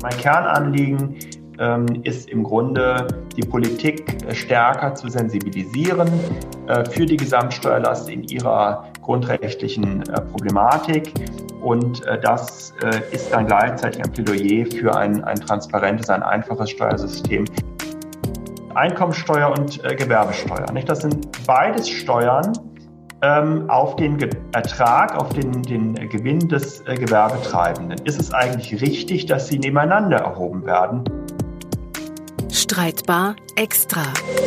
Mein Kernanliegen ist im Grunde, die Politik stärker zu sensibilisieren für die Gesamtsteuerlast in ihrer grundrechtlichen Problematik. Und das ist dann gleichzeitig ein Plädoyer für ein transparentes, ein einfaches Steuersystem. Einkommensteuer und Gewerbesteuer. Das sind beides Steuern auf den Ertrag, auf den Gewinn des Gewerbetreibenden. Ist es eigentlich richtig, dass sie nebeneinander erhoben werden? Streitbar extra.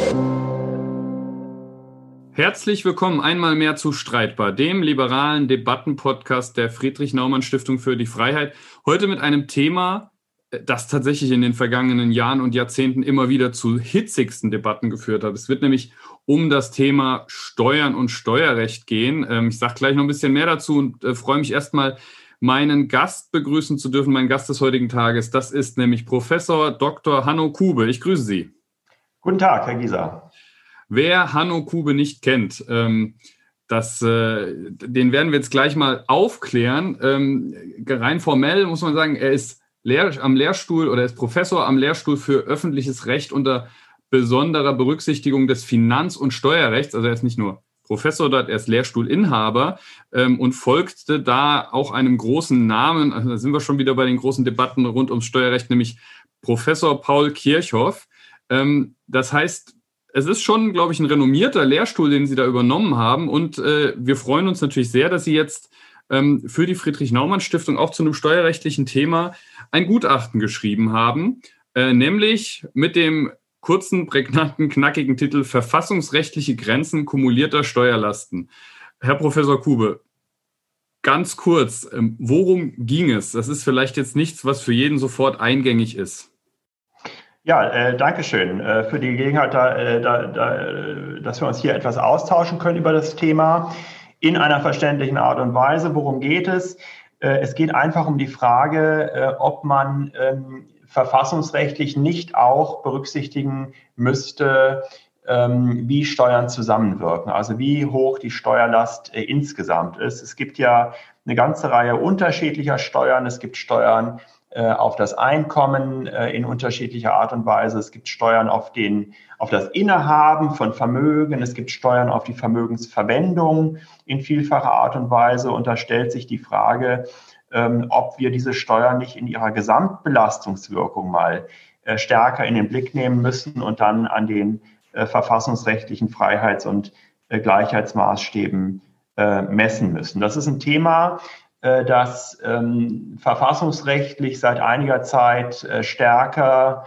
Herzlich willkommen einmal mehr zu Streitbar, dem liberalen Debattenpodcast der Friedrich-Naumann-Stiftung für die Freiheit. Heute mit einem Thema, das tatsächlich in den vergangenen Jahren und Jahrzehnten immer wieder zu hitzigsten Debatten geführt hat. Es wird nämlich um das Thema Steuern und Steuerrecht gehen. Ich sage gleich noch ein bisschen mehr dazu und freue mich erstmal, meinen Gast begrüßen zu dürfen, meinen Gast des heutigen Tages. Das ist nämlich Professor Dr. Hanno Kube. Ich grüße Sie. Guten Tag, Herr Gieser. Wer Hanno Kube nicht kennt, den werden wir jetzt gleich mal aufklären. Rein formell muss man sagen, er ist am Lehrstuhl oder ist Professor am Lehrstuhl für öffentliches Recht unter besonderer Berücksichtigung des Finanz- und Steuerrechts. Also er ist nicht nur Professor dort, er ist Lehrstuhlinhaber und folgte da auch einem großen Namen, also da sind wir schon wieder bei den großen Debatten rund ums Steuerrecht, nämlich Professor Paul Kirchhoff. Das heißt, es ist schon, glaube ich, ein renommierter Lehrstuhl, den Sie da übernommen haben und wir freuen uns natürlich sehr, dass Sie jetzt für die Friedrich-Naumann-Stiftung auch zu einem steuerrechtlichen Thema ein Gutachten geschrieben haben, nämlich mit dem kurzen, prägnanten, knackigen Titel Verfassungsrechtliche Grenzen kumulierter Steuerlasten. Herr Professor Kube, ganz kurz, worum ging es? Das ist vielleicht jetzt nichts, was für jeden sofort eingängig ist. Ja, danke schön für die Gelegenheit, dass wir uns hier etwas austauschen können über das Thema in einer verständlichen Art und Weise. Worum geht es? Es geht einfach um die Frage, ob man verfassungsrechtlich nicht auch berücksichtigen müsste, wie Steuern zusammenwirken, also wie hoch die Steuerlast insgesamt ist. Es gibt ja eine ganze Reihe unterschiedlicher Steuern. Es gibt Steuern auf das Einkommen in unterschiedlicher Art und Weise. Es gibt Steuern auf das Innehaben von Vermögen. Es gibt Steuern auf die Vermögensverwendung in vielfacher Art und Weise. Und da stellt sich die Frage, ob wir diese Steuern nicht in ihrer Gesamtbelastungswirkung mal stärker in den Blick nehmen müssen und dann an den verfassungsrechtlichen Freiheits- und Gleichheitsmaßstäben messen müssen. Das ist ein Thema, das verfassungsrechtlich seit einiger Zeit stärker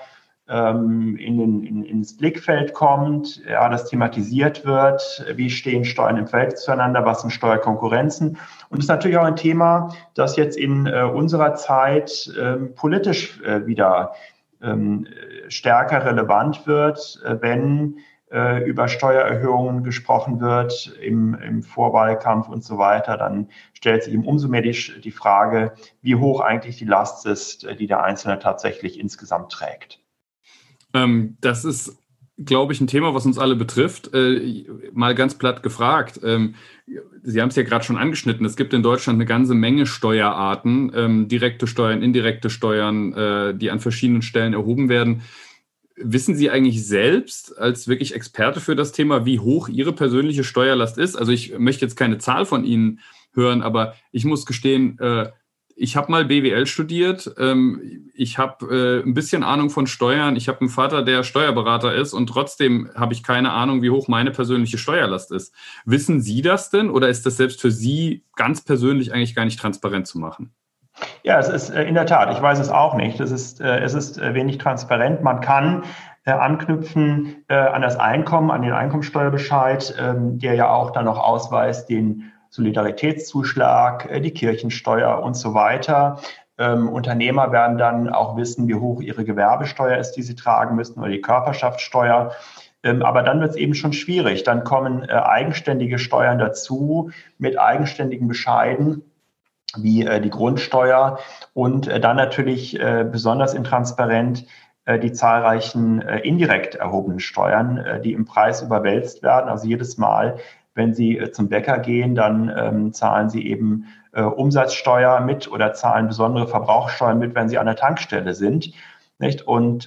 ins Blickfeld kommt, ja, das thematisiert wird, wie stehen Steuern im Verhältnis zueinander, was sind Steuerkonkurrenzen. Und es ist natürlich auch ein Thema, das jetzt in unserer Zeit politisch wieder stärker relevant wird, wenn über Steuererhöhungen gesprochen wird im Vorwahlkampf und so weiter, dann stellt sich ihm umso mehr die Frage, wie hoch eigentlich die Last ist, die der Einzelne tatsächlich insgesamt trägt. Das ist, glaube ich, ein Thema, was uns alle betrifft. Mal ganz platt gefragt. Sie haben es ja gerade schon angeschnitten. Es gibt in Deutschland eine ganze Menge Steuerarten, direkte Steuern, indirekte Steuern, die an verschiedenen Stellen erhoben werden. Wissen Sie eigentlich selbst als wirklich Experte für das Thema, wie hoch Ihre persönliche Steuerlast ist? Also ich möchte jetzt keine Zahl von Ihnen hören, aber ich muss gestehen, ich habe mal BWL studiert, ich habe ein bisschen Ahnung von Steuern, ich habe einen Vater, der Steuerberater ist und trotzdem habe ich keine Ahnung, wie hoch meine persönliche Steuerlast ist. Wissen Sie das denn oder ist das selbst für Sie ganz persönlich eigentlich gar nicht transparent zu machen? Ja, es ist in der Tat, ich weiß es auch nicht. Es ist wenig transparent. Man kann anknüpfen an das Einkommen, an den Einkommensteuerbescheid, der ja auch dann noch ausweist den Solidaritätszuschlag, die Kirchensteuer und so weiter. Unternehmer werden dann auch wissen, wie hoch ihre Gewerbesteuer ist, die sie tragen müssen, oder die Körperschaftssteuer. Aber dann wird es eben schon schwierig. Dann kommen eigenständige Steuern dazu mit eigenständigen Bescheiden, wie die Grundsteuer und dann natürlich besonders intransparent die zahlreichen indirekt erhobenen Steuern, die im Preis überwälzt werden. Also jedes Mal, wenn Sie zum Bäcker gehen, dann zahlen Sie eben Umsatzsteuer mit oder zahlen besondere Verbrauchssteuern mit, wenn Sie an der Tankstelle sind. Nicht? Und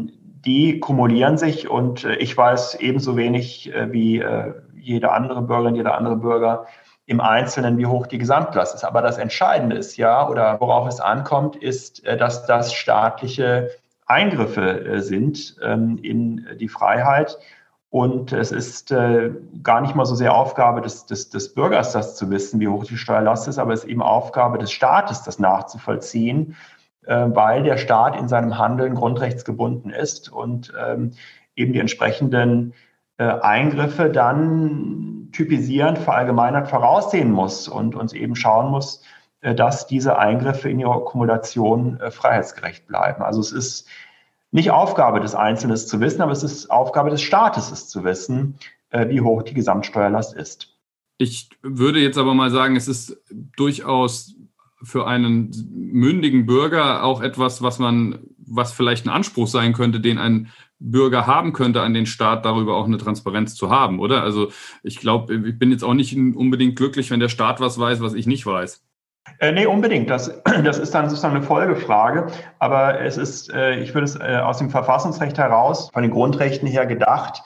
die kumulieren sich und ich weiß ebenso wenig wie jede andere Bürgerin, jeder andere Bürger im Einzelnen, wie hoch die Gesamtlast ist. Aber das Entscheidende ist ja, oder worauf es ankommt, ist, dass das staatliche Eingriffe sind in die Freiheit. Und es ist gar nicht mal so sehr Aufgabe des Bürgers, das zu wissen, wie hoch die Steuerlast ist, aber es ist eben Aufgabe des Staates, das nachzuvollziehen, weil der Staat in seinem Handeln grundrechtsgebunden ist und eben die entsprechenden Eingriffe dann typisierend, verallgemeinert voraussehen muss und uns eben schauen muss, dass diese Eingriffe in ihrer Akkumulation freiheitsgerecht bleiben. Also es ist nicht Aufgabe des Einzelnen zu wissen, aber es ist Aufgabe des Staates, es zu wissen, wie hoch die Gesamtsteuerlast ist. Ich würde jetzt aber mal sagen, es ist durchaus für einen mündigen Bürger auch etwas, was vielleicht ein Anspruch sein könnte, den ein Bürger haben könnte, an den Staat darüber auch eine Transparenz zu haben, oder? Also ich glaube, ich bin jetzt auch nicht unbedingt glücklich, wenn der Staat was weiß, was ich nicht weiß. Nee, unbedingt. Das ist dann sozusagen eine Folgefrage. Aber es ist, ich würde es aus dem Verfassungsrecht heraus, von den Grundrechten her gedacht,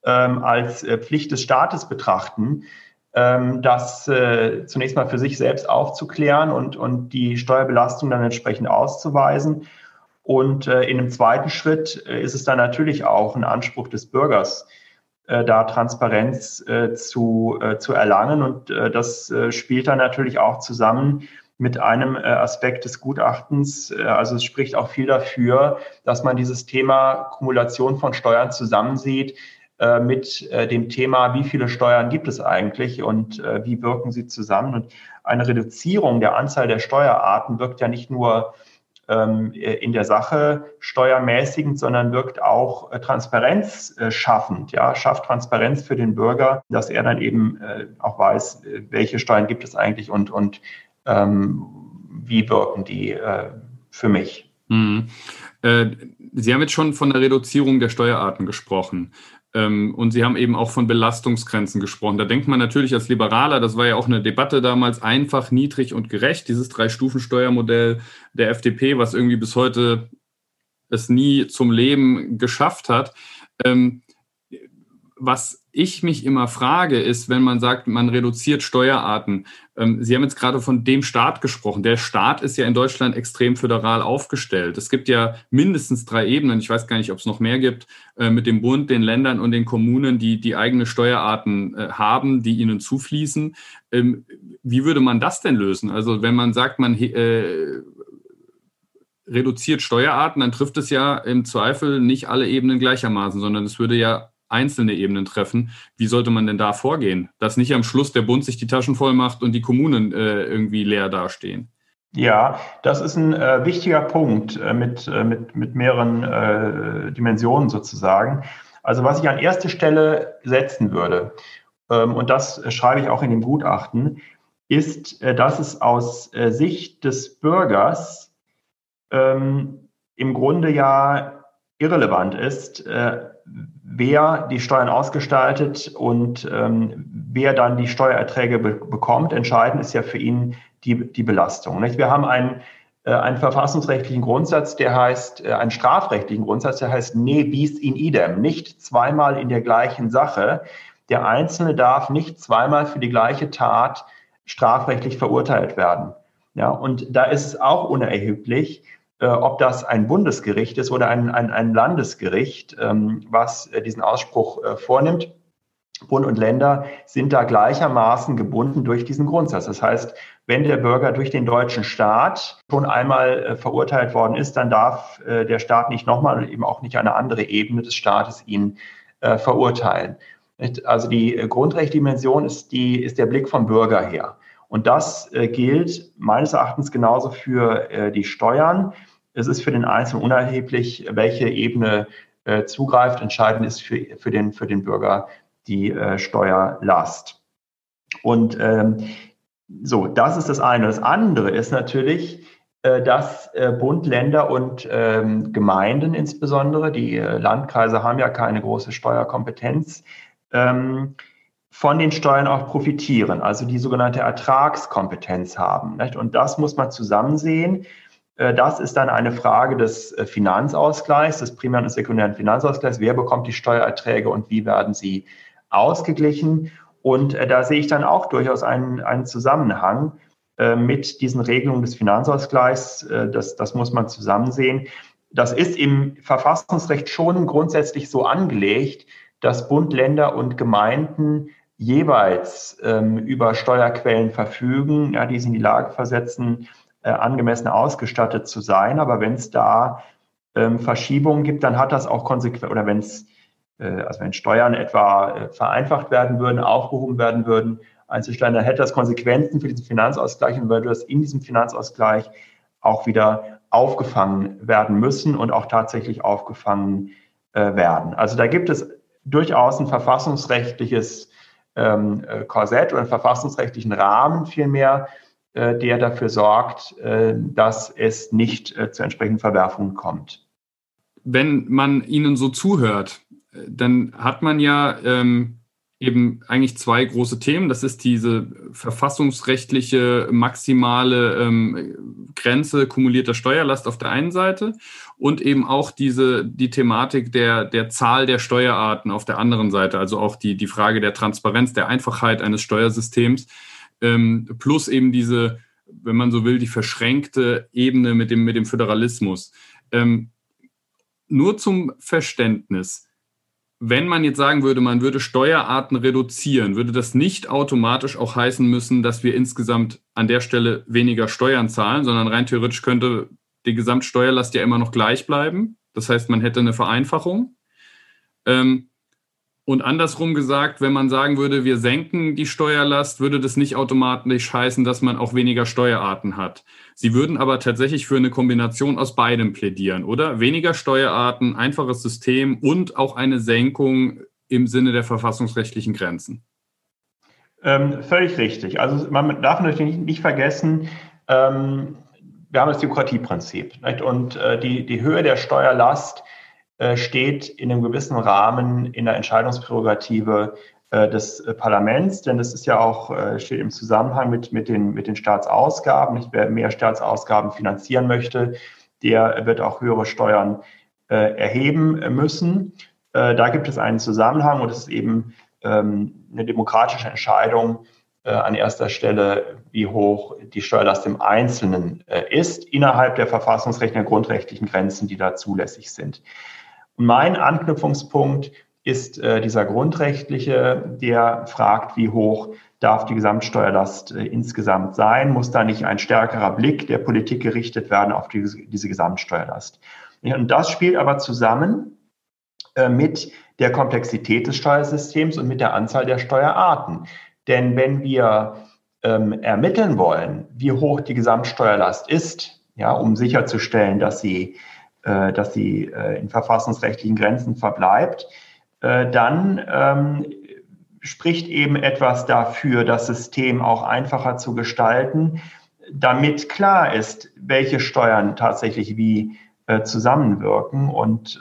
als Pflicht des Staates betrachten, das zunächst mal für sich selbst aufzuklären und die Steuerbelastung dann entsprechend auszuweisen. Und in einem zweiten Schritt ist es dann natürlich auch ein Anspruch des Bürgers, da Transparenz zu erlangen. Und das spielt dann natürlich auch zusammen mit einem Aspekt des Gutachtens. Also es spricht auch viel dafür, dass man dieses Thema Kumulation von Steuern zusammensieht mit dem Thema, wie viele Steuern gibt es eigentlich und wie wirken sie zusammen. Und eine Reduzierung der Anzahl der Steuerarten wirkt ja nicht nur in der Sache steuermäßigend, sondern wirkt auch Transparenz schaffend, ja, schafft Transparenz für den Bürger, dass er dann eben auch weiß, welche Steuern gibt es eigentlich und wie wirken die für mich. Mhm. Sie haben jetzt schon von der Reduzierung der Steuerarten gesprochen. Und Sie haben eben auch von Belastungsgrenzen gesprochen. Da denkt man natürlich als Liberaler, das war ja auch eine Debatte damals, einfach, niedrig und gerecht, dieses 3-Stufen-Steuermodell der FDP, was irgendwie bis heute es nie zum Leben geschafft hat. Was ich mich immer frage, ist, wenn man sagt, man reduziert Steuerarten. Sie haben jetzt gerade von dem Staat gesprochen. Der Staat ist ja in Deutschland extrem föderal aufgestellt. Es gibt ja mindestens 3 Ebenen, ich weiß gar nicht, ob es noch mehr gibt, mit dem Bund, den Ländern und den Kommunen, die eigene Steuerarten haben, die ihnen zufließen. Wie würde man das denn lösen? Also wenn man sagt, man reduziert Steuerarten, dann trifft es ja im Zweifel nicht alle Ebenen gleichermaßen, sondern es würde ja einzelne Ebenen treffen. Wie sollte man denn da vorgehen? Dass nicht am Schluss der Bund sich die Taschen voll macht und die Kommunen irgendwie leer dastehen. Ja, das ist ein wichtiger Punkt mit mehreren Dimensionen sozusagen. Also was ich an erste Stelle setzen würde, und das schreibe ich auch in dem Gutachten, ist, dass es aus Sicht des Bürgers im Grunde ja irrelevant ist, wer die Steuern ausgestaltet und wer dann die Steuererträge bekommt. Entscheidend ist ja für ihn die Belastung. Nicht? Wir haben einen verfassungsrechtlichen Grundsatz, der heißt, einen strafrechtlichen Grundsatz, der heißt ne bis in idem, nicht zweimal in der gleichen Sache. Der Einzelne darf nicht zweimal für die gleiche Tat strafrechtlich verurteilt werden. Ja, und da ist es auch unerheblich, ob das ein Bundesgericht ist oder ein Landesgericht, was diesen Ausspruch vornimmt. Bund und Länder sind da gleichermaßen gebunden durch diesen Grundsatz. Das heißt, wenn der Bürger durch den deutschen Staat schon einmal verurteilt worden ist, dann darf der Staat nicht nochmal und eben auch nicht eine andere Ebene des Staates ihn verurteilen. Also die Grundrechtsdimension ist der Blick vom Bürger her. Und das gilt meines Erachtens genauso für die Steuern. Es ist für den Einzelnen unerheblich, welche Ebene zugreift. Entscheidend ist für den Bürger die Steuerlast. Und so, das ist das eine. Das andere ist natürlich, dass Bund, Länder und Gemeinden insbesondere, die Landkreise haben ja keine große Steuerkompetenz, von den Steuern auch profitieren, also die sogenannte Ertragskompetenz haben. Nicht? Und das muss man zusammen sehen. Das ist dann eine Frage des Finanzausgleichs, des primären und sekundären Finanzausgleichs. Wer bekommt die Steuererträge und wie werden sie ausgeglichen? Und da sehe ich dann auch durchaus einen Zusammenhang mit diesen Regelungen des Finanzausgleichs. Das muss man zusammen sehen. Das ist im Verfassungsrecht schon grundsätzlich so angelegt, dass Bund, Länder und Gemeinden jeweils über Steuerquellen verfügen, ja, die sie in die Lage versetzen, angemessen ausgestattet zu sein. Aber wenn es da Verschiebungen gibt, dann hat das auch Konsequenzen, oder wenn Steuern etwa vereinfacht werden würden, aufgehoben werden würden, Einzelsteuern, dann hätte das Konsequenzen für diesen Finanzausgleich und würde das in diesem Finanzausgleich auch wieder aufgefangen werden müssen und auch tatsächlich aufgefangen werden. Also da gibt es durchaus ein verfassungsrechtliches Korsett oder einen verfassungsrechtlichen Rahmen vielmehr, der dafür sorgt, dass es nicht zu entsprechenden Verwerfungen kommt. Wenn man Ihnen so zuhört, dann hat man ja eben eigentlich zwei große Themen. Das ist diese verfassungsrechtliche maximale Grenze kumulierter Steuerlast auf der einen Seite und eben auch die Thematik der Zahl der Steuerarten auf der anderen Seite, also auch die Frage der Transparenz, der Einfachheit eines Steuersystems, plus eben diese, wenn man so will, die verschränkte Ebene mit dem Föderalismus. Nur zum Verständnis: Wenn man jetzt sagen würde, man würde Steuerarten reduzieren, würde das nicht automatisch auch heißen müssen, dass wir insgesamt an der Stelle weniger Steuern zahlen, sondern rein theoretisch könnte die Gesamtsteuerlast ja immer noch gleich bleiben. Das heißt, man hätte eine Vereinfachung. Und andersrum gesagt, wenn man sagen würde, wir senken die Steuerlast, würde das nicht automatisch heißen, dass man auch weniger Steuerarten hat. Sie würden aber tatsächlich für eine Kombination aus beidem plädieren, oder? Weniger Steuerarten, einfaches System und auch eine Senkung im Sinne der verfassungsrechtlichen Grenzen. Völlig richtig. Also man darf natürlich nicht vergessen, wir haben das Demokratieprinzip. Nicht? Und die Höhe der Steuerlast steht in einem gewissen Rahmen in der Entscheidungsprärogative des Parlaments, denn das ist ja auch, steht im Zusammenhang mit den Staatsausgaben. Wer mehr Staatsausgaben finanzieren möchte, der wird auch höhere Steuern erheben müssen. Da gibt es einen Zusammenhang und es ist eben eine demokratische Entscheidung an erster Stelle, wie hoch die Steuerlast im Einzelnen ist, innerhalb der verfassungsrechtlichen, der grundrechtlichen Grenzen, die da zulässig sind. Mein Anknüpfungspunkt ist dieser grundrechtliche, der fragt, wie hoch darf die Gesamtsteuerlast insgesamt sein? Muss da nicht ein stärkerer Blick der Politik gerichtet werden auf diese Gesamtsteuerlast? Und das spielt aber zusammen mit der Komplexität des Steuersystems und mit der Anzahl der Steuerarten. Denn wenn wir ermitteln wollen, wie hoch die Gesamtsteuerlast ist, ja, um sicherzustellen, dass sie in verfassungsrechtlichen Grenzen verbleibt, dann spricht eben etwas dafür, das System auch einfacher zu gestalten, damit klar ist, welche Steuern tatsächlich wie zusammenwirken. Und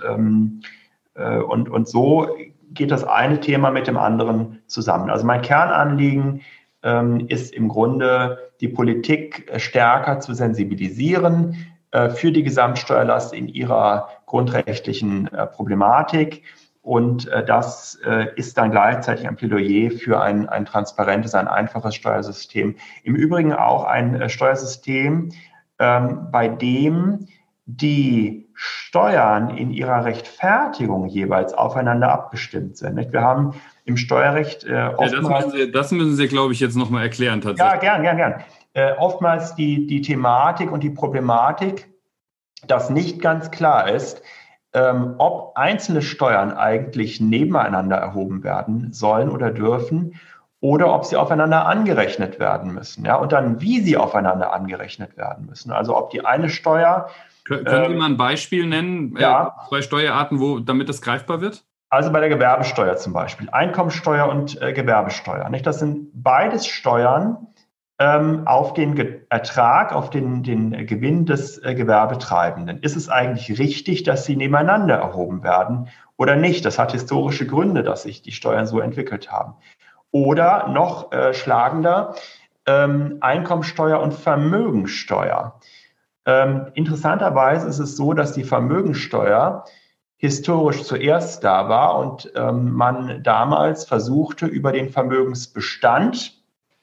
so geht das eine Thema mit dem anderen zusammen. Also mein Kernanliegen ist im Grunde, die Politik stärker zu sensibilisieren für die Gesamtsteuerlast in ihrer grundrechtlichen Problematik. Und das ist dann gleichzeitig ein Plädoyer für ein transparentes, ein einfaches Steuersystem. Im Übrigen auch ein Steuersystem, bei dem die Steuern in ihrer Rechtfertigung jeweils aufeinander abgestimmt sind. Nicht? Wir haben im Steuerrecht oftmals... Das müssen Sie, glaube ich, jetzt nochmal erklären tatsächlich. Ja, gern. Oftmals die Thematik und die Problematik, dass nicht ganz klar ist, ob einzelne Steuern eigentlich nebeneinander erhoben werden sollen oder dürfen oder ob sie aufeinander angerechnet werden müssen. Ja? Und dann, wie sie aufeinander angerechnet werden müssen. Also ob die eine Steuer... Können Sie mal ein Beispiel nennen? Ja. 2 Steuerarten, damit das greifbar wird? Also bei der Gewerbesteuer zum Beispiel. Einkommensteuer und Gewerbesteuer. Nicht? Das sind beides Steuern auf den Ertrag, auf den Gewinn des Gewerbetreibenden. Ist es eigentlich richtig, dass sie nebeneinander erhoben werden oder nicht? Das hat historische Gründe, dass sich die Steuern so entwickelt haben. Oder noch schlagender, Einkommensteuer und Vermögensteuer. Interessanterweise ist es so, dass die Vermögensteuer historisch zuerst da war und man damals versuchte, über den Vermögensbestand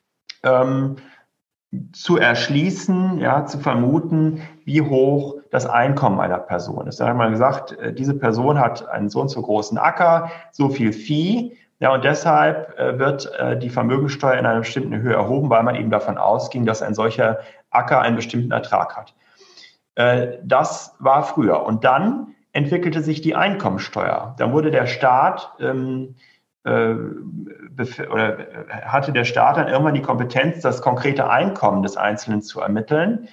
zu erschließen, ja, zu vermuten, wie hoch das Einkommen einer Person ist. Da hat man gesagt, diese Person hat einen so und so großen Acker, so viel Vieh, ja, und deshalb wird die Vermögensteuer in einer bestimmten Höhe erhoben, weil man eben davon ausging, dass ein solcher Acker einen bestimmten Ertrag hat. Das war früher. Und dann entwickelte sich die Einkommensteuer. Dann wurde der Staat hatte der Staat dann irgendwann die Kompetenz, das konkrete Einkommen des Einzelnen zu ermitteln,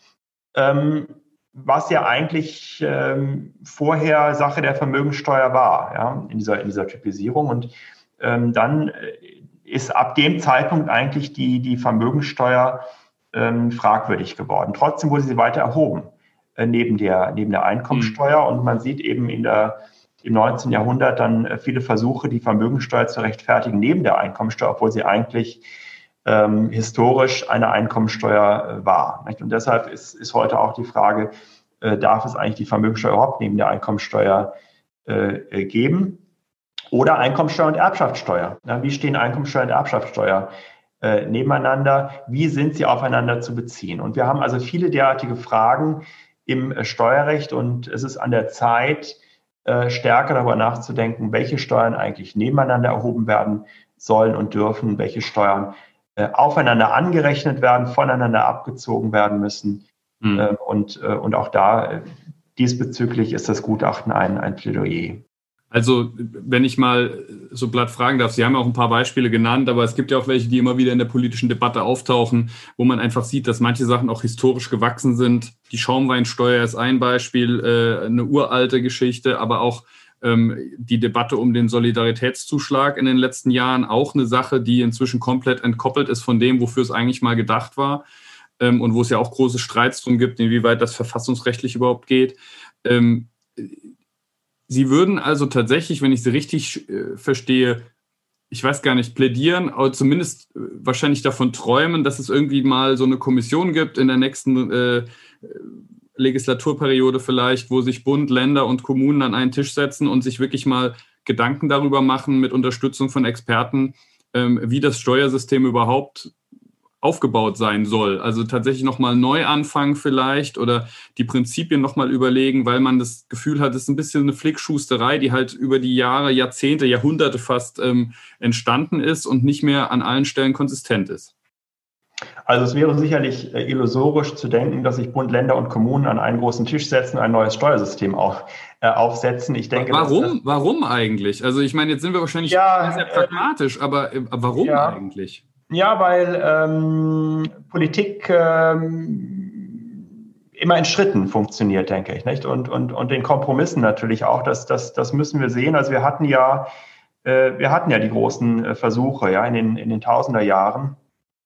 was ja eigentlich vorher Sache der Vermögensteuer war, ja, in dieser Typisierung. Und dann ist ab dem Zeitpunkt eigentlich die Vermögensteuer fragwürdig geworden. Trotzdem wurde sie weiter erhoben, neben der Einkommensteuer. Und man sieht eben im 19. Jahrhundert dann viele Versuche, die Vermögensteuer zu rechtfertigen neben der Einkommensteuer, obwohl sie eigentlich historisch eine Einkommensteuer war. Nicht? Und deshalb ist heute auch die Frage, darf es eigentlich die Vermögensteuer überhaupt neben der Einkommensteuer geben? Oder Einkommensteuer und Erbschaftssteuer. Ja, wie stehen Einkommensteuer und Erbschaftssteuer nebeneinander? Wie sind sie aufeinander zu beziehen? Und wir haben also viele derartige Fragen im Steuerrecht und es ist an der Zeit, stärker darüber nachzudenken, welche Steuern eigentlich nebeneinander erhoben werden sollen und dürfen, welche Steuern aufeinander angerechnet werden, voneinander abgezogen werden müssen. Und auch da diesbezüglich ist das Gutachten ein Plädoyer. Also, wenn ich mal so platt fragen darf, Sie haben ja auch ein paar Beispiele genannt, aber es gibt ja auch welche, die immer wieder in der politischen Debatte auftauchen, wo man einfach sieht, dass manche Sachen auch historisch gewachsen sind. Die Schaumweinsteuer ist ein Beispiel, eine uralte Geschichte, aber auch die Debatte um den Solidaritätszuschlag in den letzten Jahren, auch eine Sache, die inzwischen komplett entkoppelt ist von dem, wofür es eigentlich mal gedacht war, und wo es ja auch große Streits drum gibt, inwieweit das verfassungsrechtlich überhaupt geht. Sie würden also tatsächlich, wenn ich Sie richtig verstehe, ich weiß gar nicht, plädieren, aber zumindest wahrscheinlich davon träumen, dass es irgendwie mal so eine Kommission gibt in der nächsten Legislaturperiode vielleicht, wo sich Bund, Länder und Kommunen an einen Tisch setzen und sich wirklich mal Gedanken darüber machen mit Unterstützung von Experten, wie das Steuersystem überhaupt aufgebaut sein soll. Also tatsächlich nochmal neu anfangen vielleicht oder die Prinzipien nochmal überlegen, weil man das Gefühl hat, es ist ein bisschen eine Flickschusterei, die halt über die Jahre, Jahrzehnte, Jahrhunderte fast entstanden ist und nicht mehr an allen Stellen konsistent ist. Also es wäre sicherlich illusorisch zu denken, dass sich Bund, Länder und Kommunen an einen großen Tisch setzen, ein neues Steuersystem aufsetzen. Ich denke, warum eigentlich? Also ich meine, jetzt sind wir wahrscheinlich sehr pragmatisch, aber warum eigentlich? Ja, weil Politik immer in Schritten funktioniert, denke ich, nicht? Und den Kompromissen natürlich auch. Das müssen wir sehen. Also wir hatten ja die großen Versuche, ja, in den Tausender-Jahren,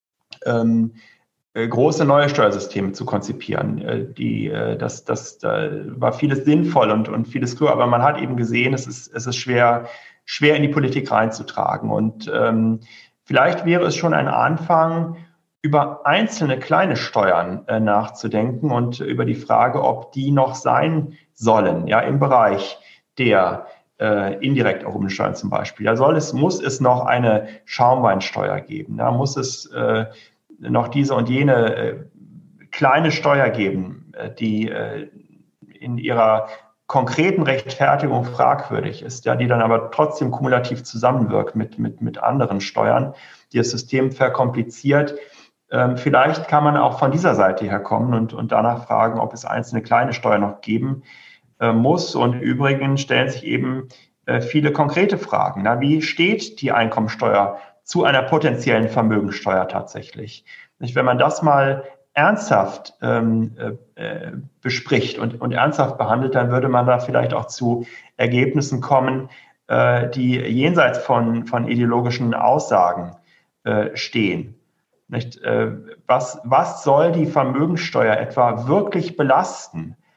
große neue Steuersysteme zu konzipieren. Da war vieles sinnvoll und vieles klug, aber man hat eben gesehen, es ist schwer in die Politik reinzutragen. Und vielleicht wäre es schon ein Anfang, über einzelne kleine Steuern nachzudenken und über die Frage, ob die noch sein sollen, ja, im Bereich der indirekt erhobenen Steuern zum Beispiel. Da muss es noch eine Schaumweinsteuer geben. Da muss es noch diese und jene kleine Steuer geben, die in ihrer konkreten Rechtfertigung fragwürdig ist, ja, die dann aber trotzdem kumulativ zusammenwirkt mit anderen Steuern, die das System verkompliziert. Vielleicht kann man auch von dieser Seite her kommen und danach fragen, ob es einzelne kleine Steuern noch geben muss. Und übrigens stellen sich eben viele konkrete Fragen. Na, wie steht die Einkommensteuer zu einer potenziellen Vermögensteuer tatsächlich? Wenn man das mal ernsthaft bespricht und ernsthaft behandelt, dann würde man da vielleicht auch zu Ergebnissen kommen, die jenseits von ideologischen Aussagen stehen. Nicht? Was soll die Vermögensteuer etwa wirklich belasten?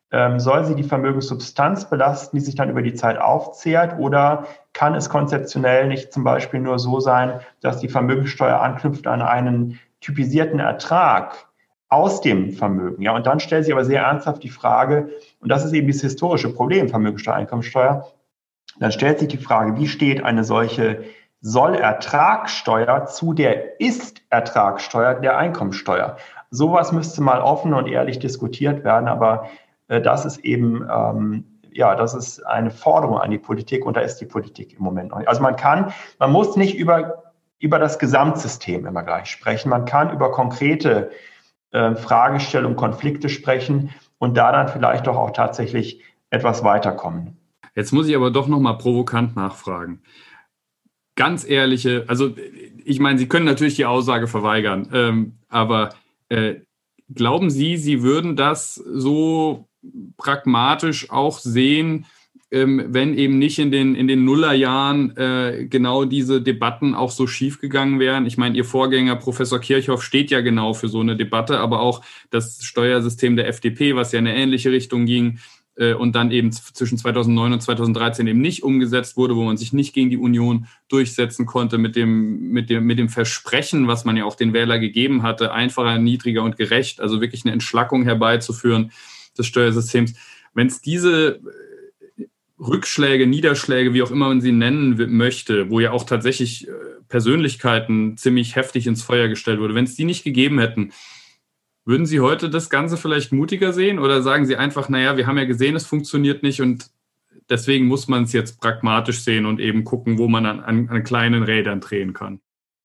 soll sie die Vermögenssubstanz belasten, die sich dann über die Zeit aufzehrt, oder kann es konzeptionell nicht zum Beispiel nur so sein, dass die Vermögenssteuer anknüpft an einen typisierten Ertrag aus dem Vermögen? Ja, und dann stellt sich aber sehr ernsthaft die Frage, und das ist eben das historische Problem Vermögensteuer, Einkommensteuer, dann stellt sich die Frage, wie steht eine solche Sollertragssteuer zu der Ist-Ertragssteuer der Einkommensteuer? Sowas müsste mal offen und ehrlich diskutiert werden, aber das ist eben, das ist eine Forderung an die Politik, und da ist die Politik im Moment noch nicht. Also man muss nicht über das Gesamtsystem immer gleich sprechen. Man kann über konkrete Fragestellungen, Konflikte sprechen und da dann vielleicht doch auch tatsächlich etwas weiterkommen. Jetzt muss ich aber doch noch mal provokant nachfragen. Ganz ehrliche, also ich meine, Sie können natürlich die Aussage verweigern, aber glauben Sie, Sie würden das so pragmatisch auch sehen, wenn eben nicht in den Nullerjahren genau diese Debatten auch so schief gegangen wären? Ich meine, Ihr Vorgänger Professor Kirchhoff steht ja genau für so eine Debatte, aber auch das Steuersystem der FDP, was ja in eine ähnliche Richtung ging, und dann eben zwischen 2009 und 2013 eben nicht umgesetzt wurde, wo man sich nicht gegen die Union durchsetzen konnte mit dem Versprechen, was man ja auch den Wähler gegeben hatte, einfacher, niedriger und gerecht, also wirklich eine Entschlackung herbeizuführen des Steuersystems. Wenn es diese Rückschläge, Niederschläge, wie auch immer man sie nennen möchte, wo ja auch tatsächlich Persönlichkeiten ziemlich heftig ins Feuer gestellt wurde, wenn es die nicht gegeben hätten, würden Sie heute das Ganze vielleicht mutiger sehen, oder sagen Sie einfach, naja, wir haben ja gesehen, es funktioniert nicht und deswegen muss man es jetzt pragmatisch sehen und eben gucken, wo man an kleinen Rädern drehen kann?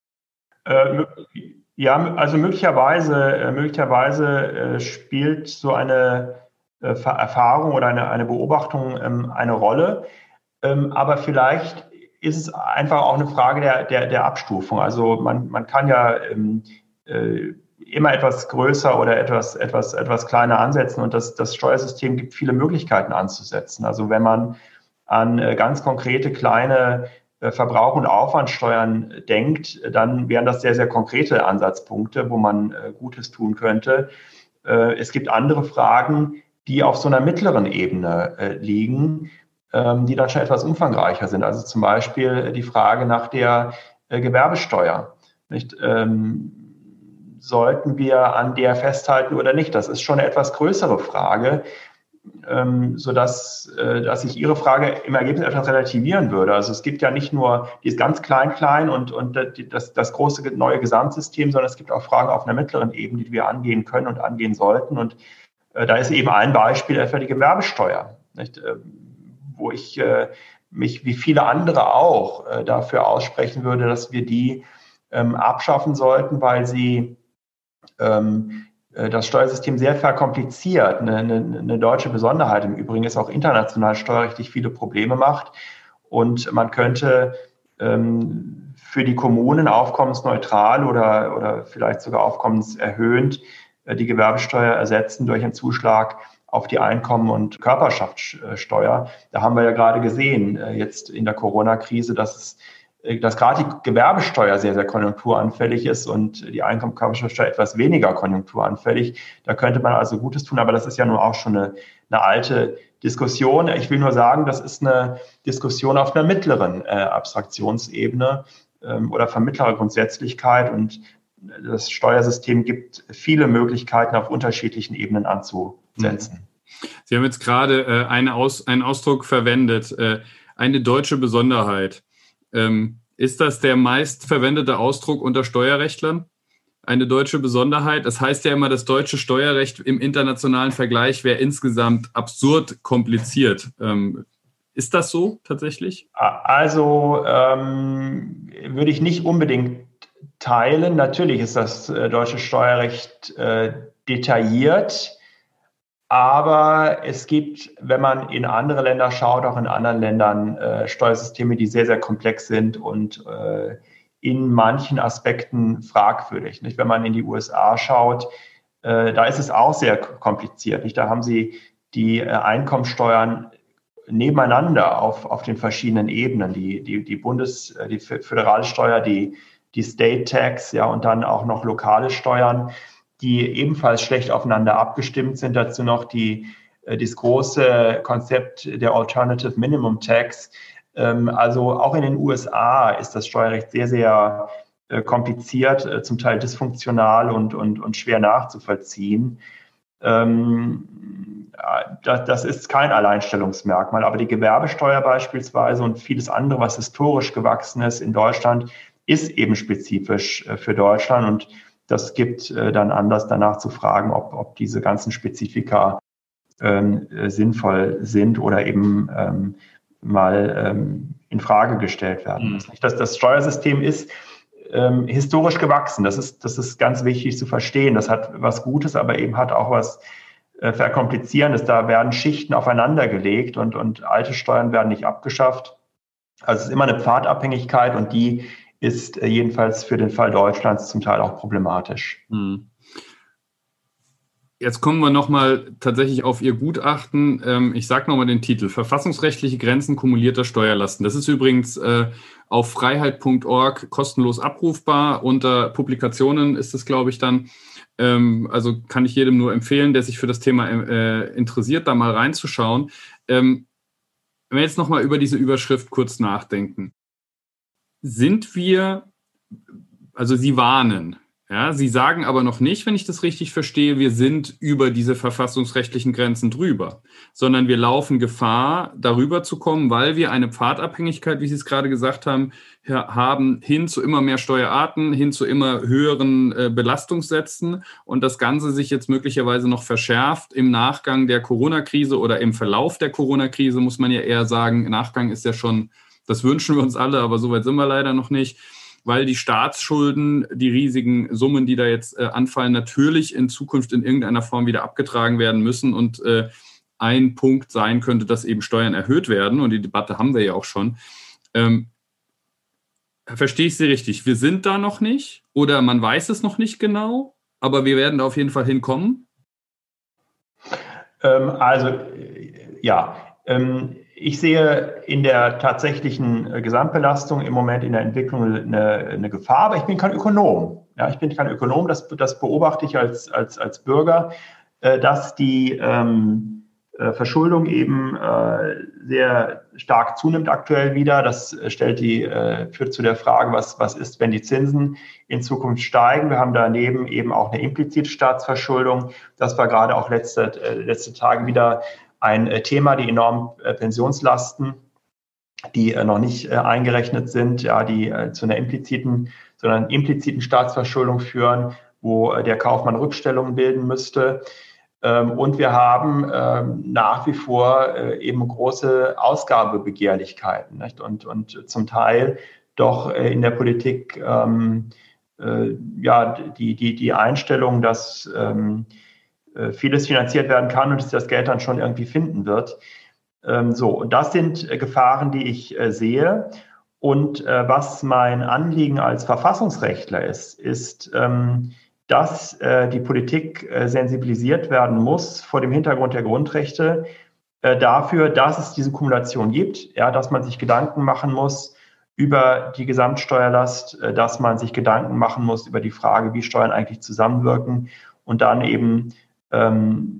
Ja, also möglicherweise spielt so eine Erfahrung oder eine Beobachtung eine Rolle, aber vielleicht ist es einfach auch eine Frage der Abstufung. Also man kann ja immer etwas größer oder etwas kleiner ansetzen, und das Steuersystem gibt viele Möglichkeiten anzusetzen. Also wenn man an ganz konkrete kleine Verbrauch- und Aufwandsteuern denkt, dann wären das sehr, sehr konkrete Ansatzpunkte, wo man Gutes tun könnte. Es gibt andere Fragen, die auf so einer mittleren Ebene liegen, die dann schon etwas umfangreicher sind. Also zum Beispiel die Frage nach der Gewerbesteuer. Nicht? Sollten wir an der festhalten oder nicht? Das ist schon eine etwas größere Frage, sodass ich Ihre Frage im Ergebnis etwas relativieren würde. Also es gibt ja nicht nur dieses ganz klein und das große neue Gesamtsystem, sondern es gibt auch Fragen auf einer mittleren Ebene, die wir angehen können und angehen sollten. Und da ist eben ein Beispiel etwa die Gewerbesteuer, nicht? Wo ich mich wie viele andere auch dafür aussprechen würde, dass wir die abschaffen sollten, weil sie das Steuersystem sehr verkompliziert. Eine deutsche Besonderheit im Übrigen ist auch international steuerrechtlich viele Probleme macht. Und man könnte für die Kommunen aufkommensneutral oder vielleicht sogar aufkommenserhöhend die Gewerbesteuer ersetzen durch einen Zuschlag auf die Einkommen- und Körperschaftssteuer. Da haben wir ja gerade gesehen, jetzt in der Corona-Krise, dass gerade die Gewerbesteuer sehr, sehr konjunkturanfällig ist und die Einkommenskörperschaftssteuer etwas weniger konjunkturanfällig. Da könnte man also Gutes tun, aber das ist ja nun auch schon eine alte Diskussion. Ich will nur sagen, das ist eine Diskussion auf einer mittleren Abstraktionsebene oder von mittlerer Grundsätzlichkeit, und das Steuersystem gibt viele Möglichkeiten auf unterschiedlichen Ebenen anzusetzen. Sie haben jetzt gerade einen Ausdruck verwendet, eine deutsche Besonderheit. Ist das der meistverwendete Ausdruck unter Steuerrechtlern? Eine deutsche Besonderheit? Das heißt ja immer, das deutsche Steuerrecht im internationalen Vergleich wäre insgesamt absurd kompliziert. Ist das so tatsächlich? Also würde ich nicht unbedingt teilen. Natürlich ist das deutsche Steuerrecht detailliert. Aber es gibt, wenn man in andere Länder schaut, auch in anderen Ländern Steuersysteme, die sehr, sehr komplex sind und in manchen Aspekten fragwürdig. Nicht? Wenn man in die USA schaut, da ist es auch sehr kompliziert. Nicht? Da haben sie die Einkommensteuern nebeneinander auf den verschiedenen Ebenen. Die föderale Steuer, die State Tax, ja, und dann auch noch lokale Steuern, die ebenfalls schlecht aufeinander abgestimmt sind. Dazu noch die dieses große Konzept der Alternative Minimum Tax. Also auch in den USA ist das Steuerrecht sehr, sehr kompliziert, zum Teil dysfunktional und schwer nachzuvollziehen. Das ist kein Alleinstellungsmerkmal, aber die Gewerbesteuer beispielsweise und vieles andere, was historisch gewachsen ist in Deutschland, ist eben spezifisch für Deutschland, und das gibt dann Anlass danach zu fragen, ob diese ganzen Spezifika sinnvoll sind oder eben mal in Frage gestellt werden müssen. Das Steuersystem ist historisch gewachsen. Das ist ganz wichtig zu verstehen. Das hat was Gutes, aber eben hat auch was Verkomplizierendes. Da werden Schichten aufeinander gelegt und alte Steuern werden nicht abgeschafft. Also es ist immer eine Pfadabhängigkeit, und die ist jedenfalls für den Fall Deutschlands zum Teil auch problematisch. Jetzt kommen wir nochmal tatsächlich auf Ihr Gutachten. Ich sage nochmal den Titel: Verfassungsrechtliche Grenzen kumulierter Steuerlasten. Das ist übrigens auf freiheit.org kostenlos abrufbar. Unter Publikationen ist es, glaube ich, dann. Also kann ich jedem nur empfehlen, der sich für das Thema interessiert, da mal reinzuschauen. Wenn wir jetzt nochmal über diese Überschrift kurz nachdenken. Also Sie warnen. Ja, Sie sagen aber noch nicht, wenn ich das richtig verstehe, wir sind über diese verfassungsrechtlichen Grenzen drüber, sondern wir laufen Gefahr, darüber zu kommen, weil wir eine Pfadabhängigkeit, wie Sie es gerade gesagt haben, hin zu immer mehr Steuerarten, hin zu immer höheren Belastungssätzen, und das Ganze sich jetzt möglicherweise noch verschärft im Nachgang der Corona-Krise oder im Verlauf der Corona-Krise, muss man ja eher sagen. Nachgang ist ja schon, das wünschen wir uns alle, aber so weit sind wir leider noch nicht. Weil die Staatsschulden, die riesigen Summen, die da jetzt anfallen, natürlich in Zukunft in irgendeiner Form wieder abgetragen werden müssen. Und ein Punkt sein könnte, dass eben Steuern erhöht werden. Und die Debatte haben wir ja auch schon. Verstehe ich Sie richtig? Wir sind da noch nicht, oder man weiß es noch nicht genau, aber wir werden da auf jeden Fall hinkommen? Ich sehe in der tatsächlichen Gesamtbelastung im Moment in der Entwicklung eine Gefahr, aber ich bin kein Ökonom. Ja, ich bin kein Ökonom, das beobachte ich als Bürger, dass die Verschuldung eben sehr stark zunimmt aktuell wieder. Das führt zu der Frage, was ist, wenn die Zinsen in Zukunft steigen. Wir haben daneben eben auch eine implizite Staatsverschuldung. Das war gerade auch letzte Tage wieder ein Thema, die enormen Pensionslasten, die noch nicht eingerechnet sind, ja, die zu einer impliziten Staatsverschuldung führen, wo der Kaufmann Rückstellungen bilden müsste. Und wir haben nach wie vor eben große Ausgabebegehrlichkeiten, nicht? Und zum Teil doch in der Politik die Einstellung, dass vieles finanziert werden kann und dass das Geld dann schon irgendwie finden wird. Und das sind Gefahren, die ich sehe. Und was mein Anliegen als Verfassungsrechtler ist, dass die Politik sensibilisiert werden muss vor dem Hintergrund der Grundrechte dafür, dass es diese Kumulation gibt, ja, dass man sich Gedanken machen muss über die Gesamtsteuerlast, dass man sich Gedanken machen muss über die Frage, wie Steuern eigentlich zusammenwirken, und dann eben eine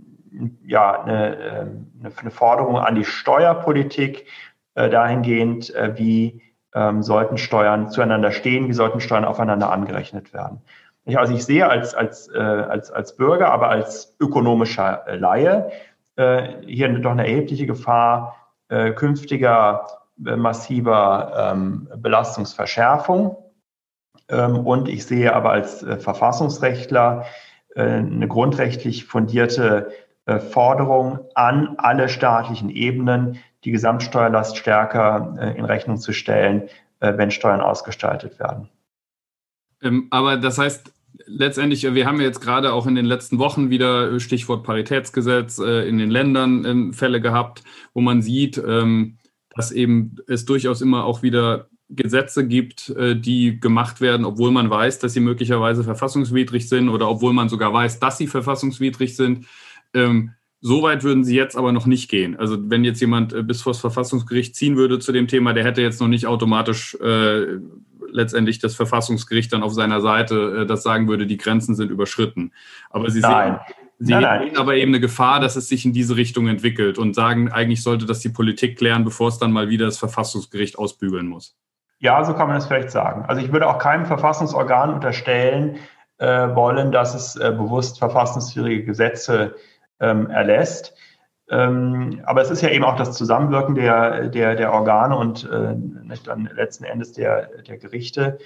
Forderung an die Steuerpolitik dahingehend, wie sollten Steuern zueinander stehen, wie sollten Steuern aufeinander angerechnet werden. Also ich sehe als Bürger, aber als ökonomischer Laie hier doch eine erhebliche Gefahr künftiger massiver Belastungsverschärfung. Und ich sehe aber als Verfassungsrechtler eine grundrechtlich fundierte Forderung an alle staatlichen Ebenen, die Gesamtsteuerlast stärker in Rechnung zu stellen, wenn Steuern ausgestaltet werden. Aber das heißt letztendlich, wir haben ja jetzt gerade auch in den letzten Wochen wieder Stichwort Paritätsgesetz in den Ländern Fälle gehabt, wo man sieht, dass eben es durchaus immer auch wieder Gesetze gibt, die gemacht werden, obwohl man weiß, dass sie möglicherweise verfassungswidrig sind, oder obwohl man sogar weiß, dass sie verfassungswidrig sind. So weit würden sie jetzt aber noch nicht gehen. Also wenn jetzt jemand bis vor das Verfassungsgericht ziehen würde zu dem Thema, der hätte jetzt noch nicht automatisch letztendlich das Verfassungsgericht dann auf seiner Seite, das sagen würde, die Grenzen sind überschritten. Aber Sie sehen, Sie sehen aber eben eine Gefahr, dass es sich in diese Richtung entwickelt und sagen, eigentlich sollte das die Politik klären, bevor es dann mal wieder das Verfassungsgericht ausbügeln muss. Ja, so kann man das vielleicht sagen. Also ich würde auch keinem Verfassungsorgan unterstellen wollen, dass es bewusst verfassungswidrige Gesetze erlässt. Aber es ist ja eben auch das Zusammenwirken der Organe und nicht dann letzten Endes der Gerichte.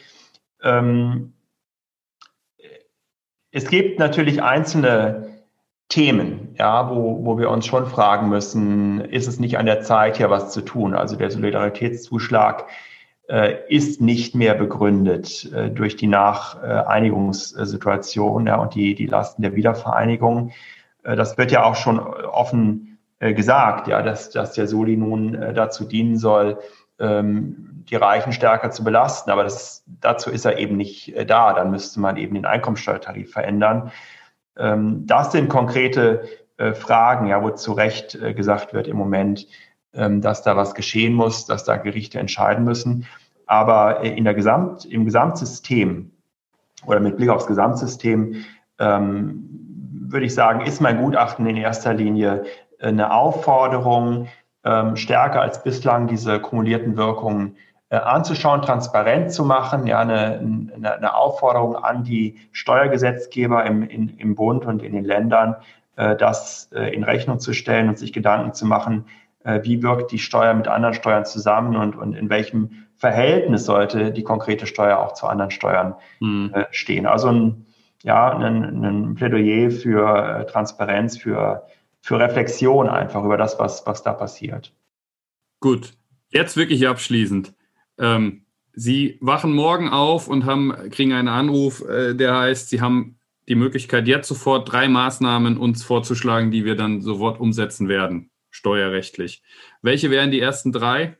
Es gibt natürlich einzelne Themen, ja, wo wir uns schon fragen müssen, ist es nicht an der Zeit, hier was zu tun? Also der Solidaritätszuschlag ist nicht mehr begründet durch die Nacheinigungssituation, ja, und die Lasten der Wiedervereinigung. Das wird ja auch schon offen gesagt, ja, dass der Soli nun dazu dienen soll, die Reichen stärker zu belasten. Aber dazu ist er eben nicht da. Dann müsste man eben den Einkommensteuertarif verändern. Das sind konkrete Fragen, ja, wo zu Recht gesagt wird im Moment, dass da was geschehen muss, dass da Gerichte entscheiden müssen. Aber im Gesamtsystem oder mit Blick aufs Gesamtsystem würde ich sagen, ist mein Gutachten in erster Linie eine Aufforderung, stärker als bislang diese kumulierten Wirkungen anzuschauen, transparent zu machen, ja, eine Aufforderung an die Steuergesetzgeber im Bund und in den Ländern, das in Rechnung zu stellen und sich Gedanken zu machen, wie wirkt die Steuer mit anderen Steuern zusammen und in welchem Verhältnis sollte die konkrete Steuer auch zu anderen Steuern stehen. Also ein Plädoyer für Transparenz, für Reflexion einfach über das, was da passiert. Gut, jetzt wirklich abschließend. Sie wachen morgen auf und kriegen einen Anruf, der heißt, Sie haben die Möglichkeit, jetzt sofort 3 Maßnahmen uns vorzuschlagen, die wir dann sofort umsetzen werden, steuerrechtlich. Welche wären die ersten 3?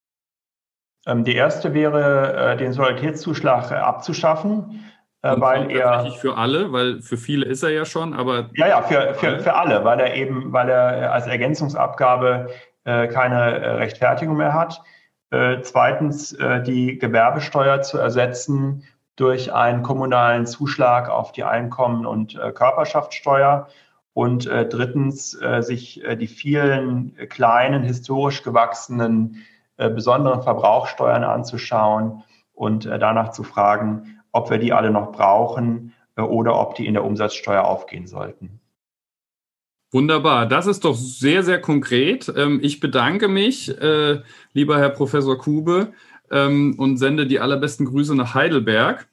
Die erste wäre, den Solidaritätszuschlag abzuschaffen. Weil er für alle, weil für viele ist er ja schon, aber für alle, weil er als Ergänzungsabgabe keine Rechtfertigung mehr hat. Zweitens die Gewerbesteuer zu ersetzen durch einen kommunalen Zuschlag auf die Einkommen- und Körperschaftssteuer und drittens sich die vielen kleinen historisch gewachsenen besonderen Verbrauchssteuern anzuschauen und danach zu fragen, ob wir die alle noch brauchen oder ob die in der Umsatzsteuer aufgehen sollten. Wunderbar, das ist doch sehr, sehr konkret. Ich bedanke mich, lieber Herr Professor Kube, und sende die allerbesten Grüße nach Heidelberg.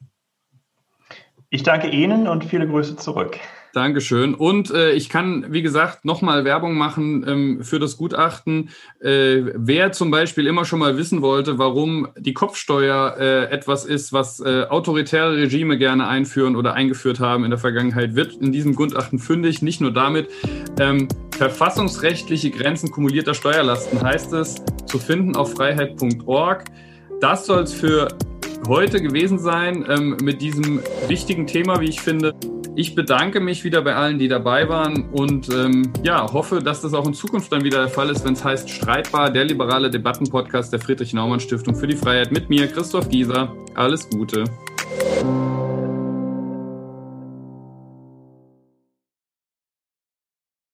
Ich danke Ihnen und viele Grüße zurück. Dankeschön. Und ich kann, wie gesagt, nochmal Werbung machen für das Gutachten. Wer zum Beispiel immer schon mal wissen wollte, warum die Kopfsteuer etwas ist, was autoritäre Regime gerne einführen oder eingeführt haben in der Vergangenheit, wird in diesem Gutachten fündig. Nicht nur damit. Verfassungsrechtliche Grenzen kumulierter Steuerlasten heißt es, zu finden auf freiheit.org. Das soll es für heute gewesen sein mit diesem wichtigen Thema, wie ich finde. Ich bedanke mich wieder bei allen, die dabei waren und hoffe, dass das auch in Zukunft dann wieder der Fall ist, wenn es heißt Streitbar, der liberale Debattenpodcast der Friedrich-Naumann-Stiftung für die Freiheit mit mir, Christoph Gieser. Alles Gute.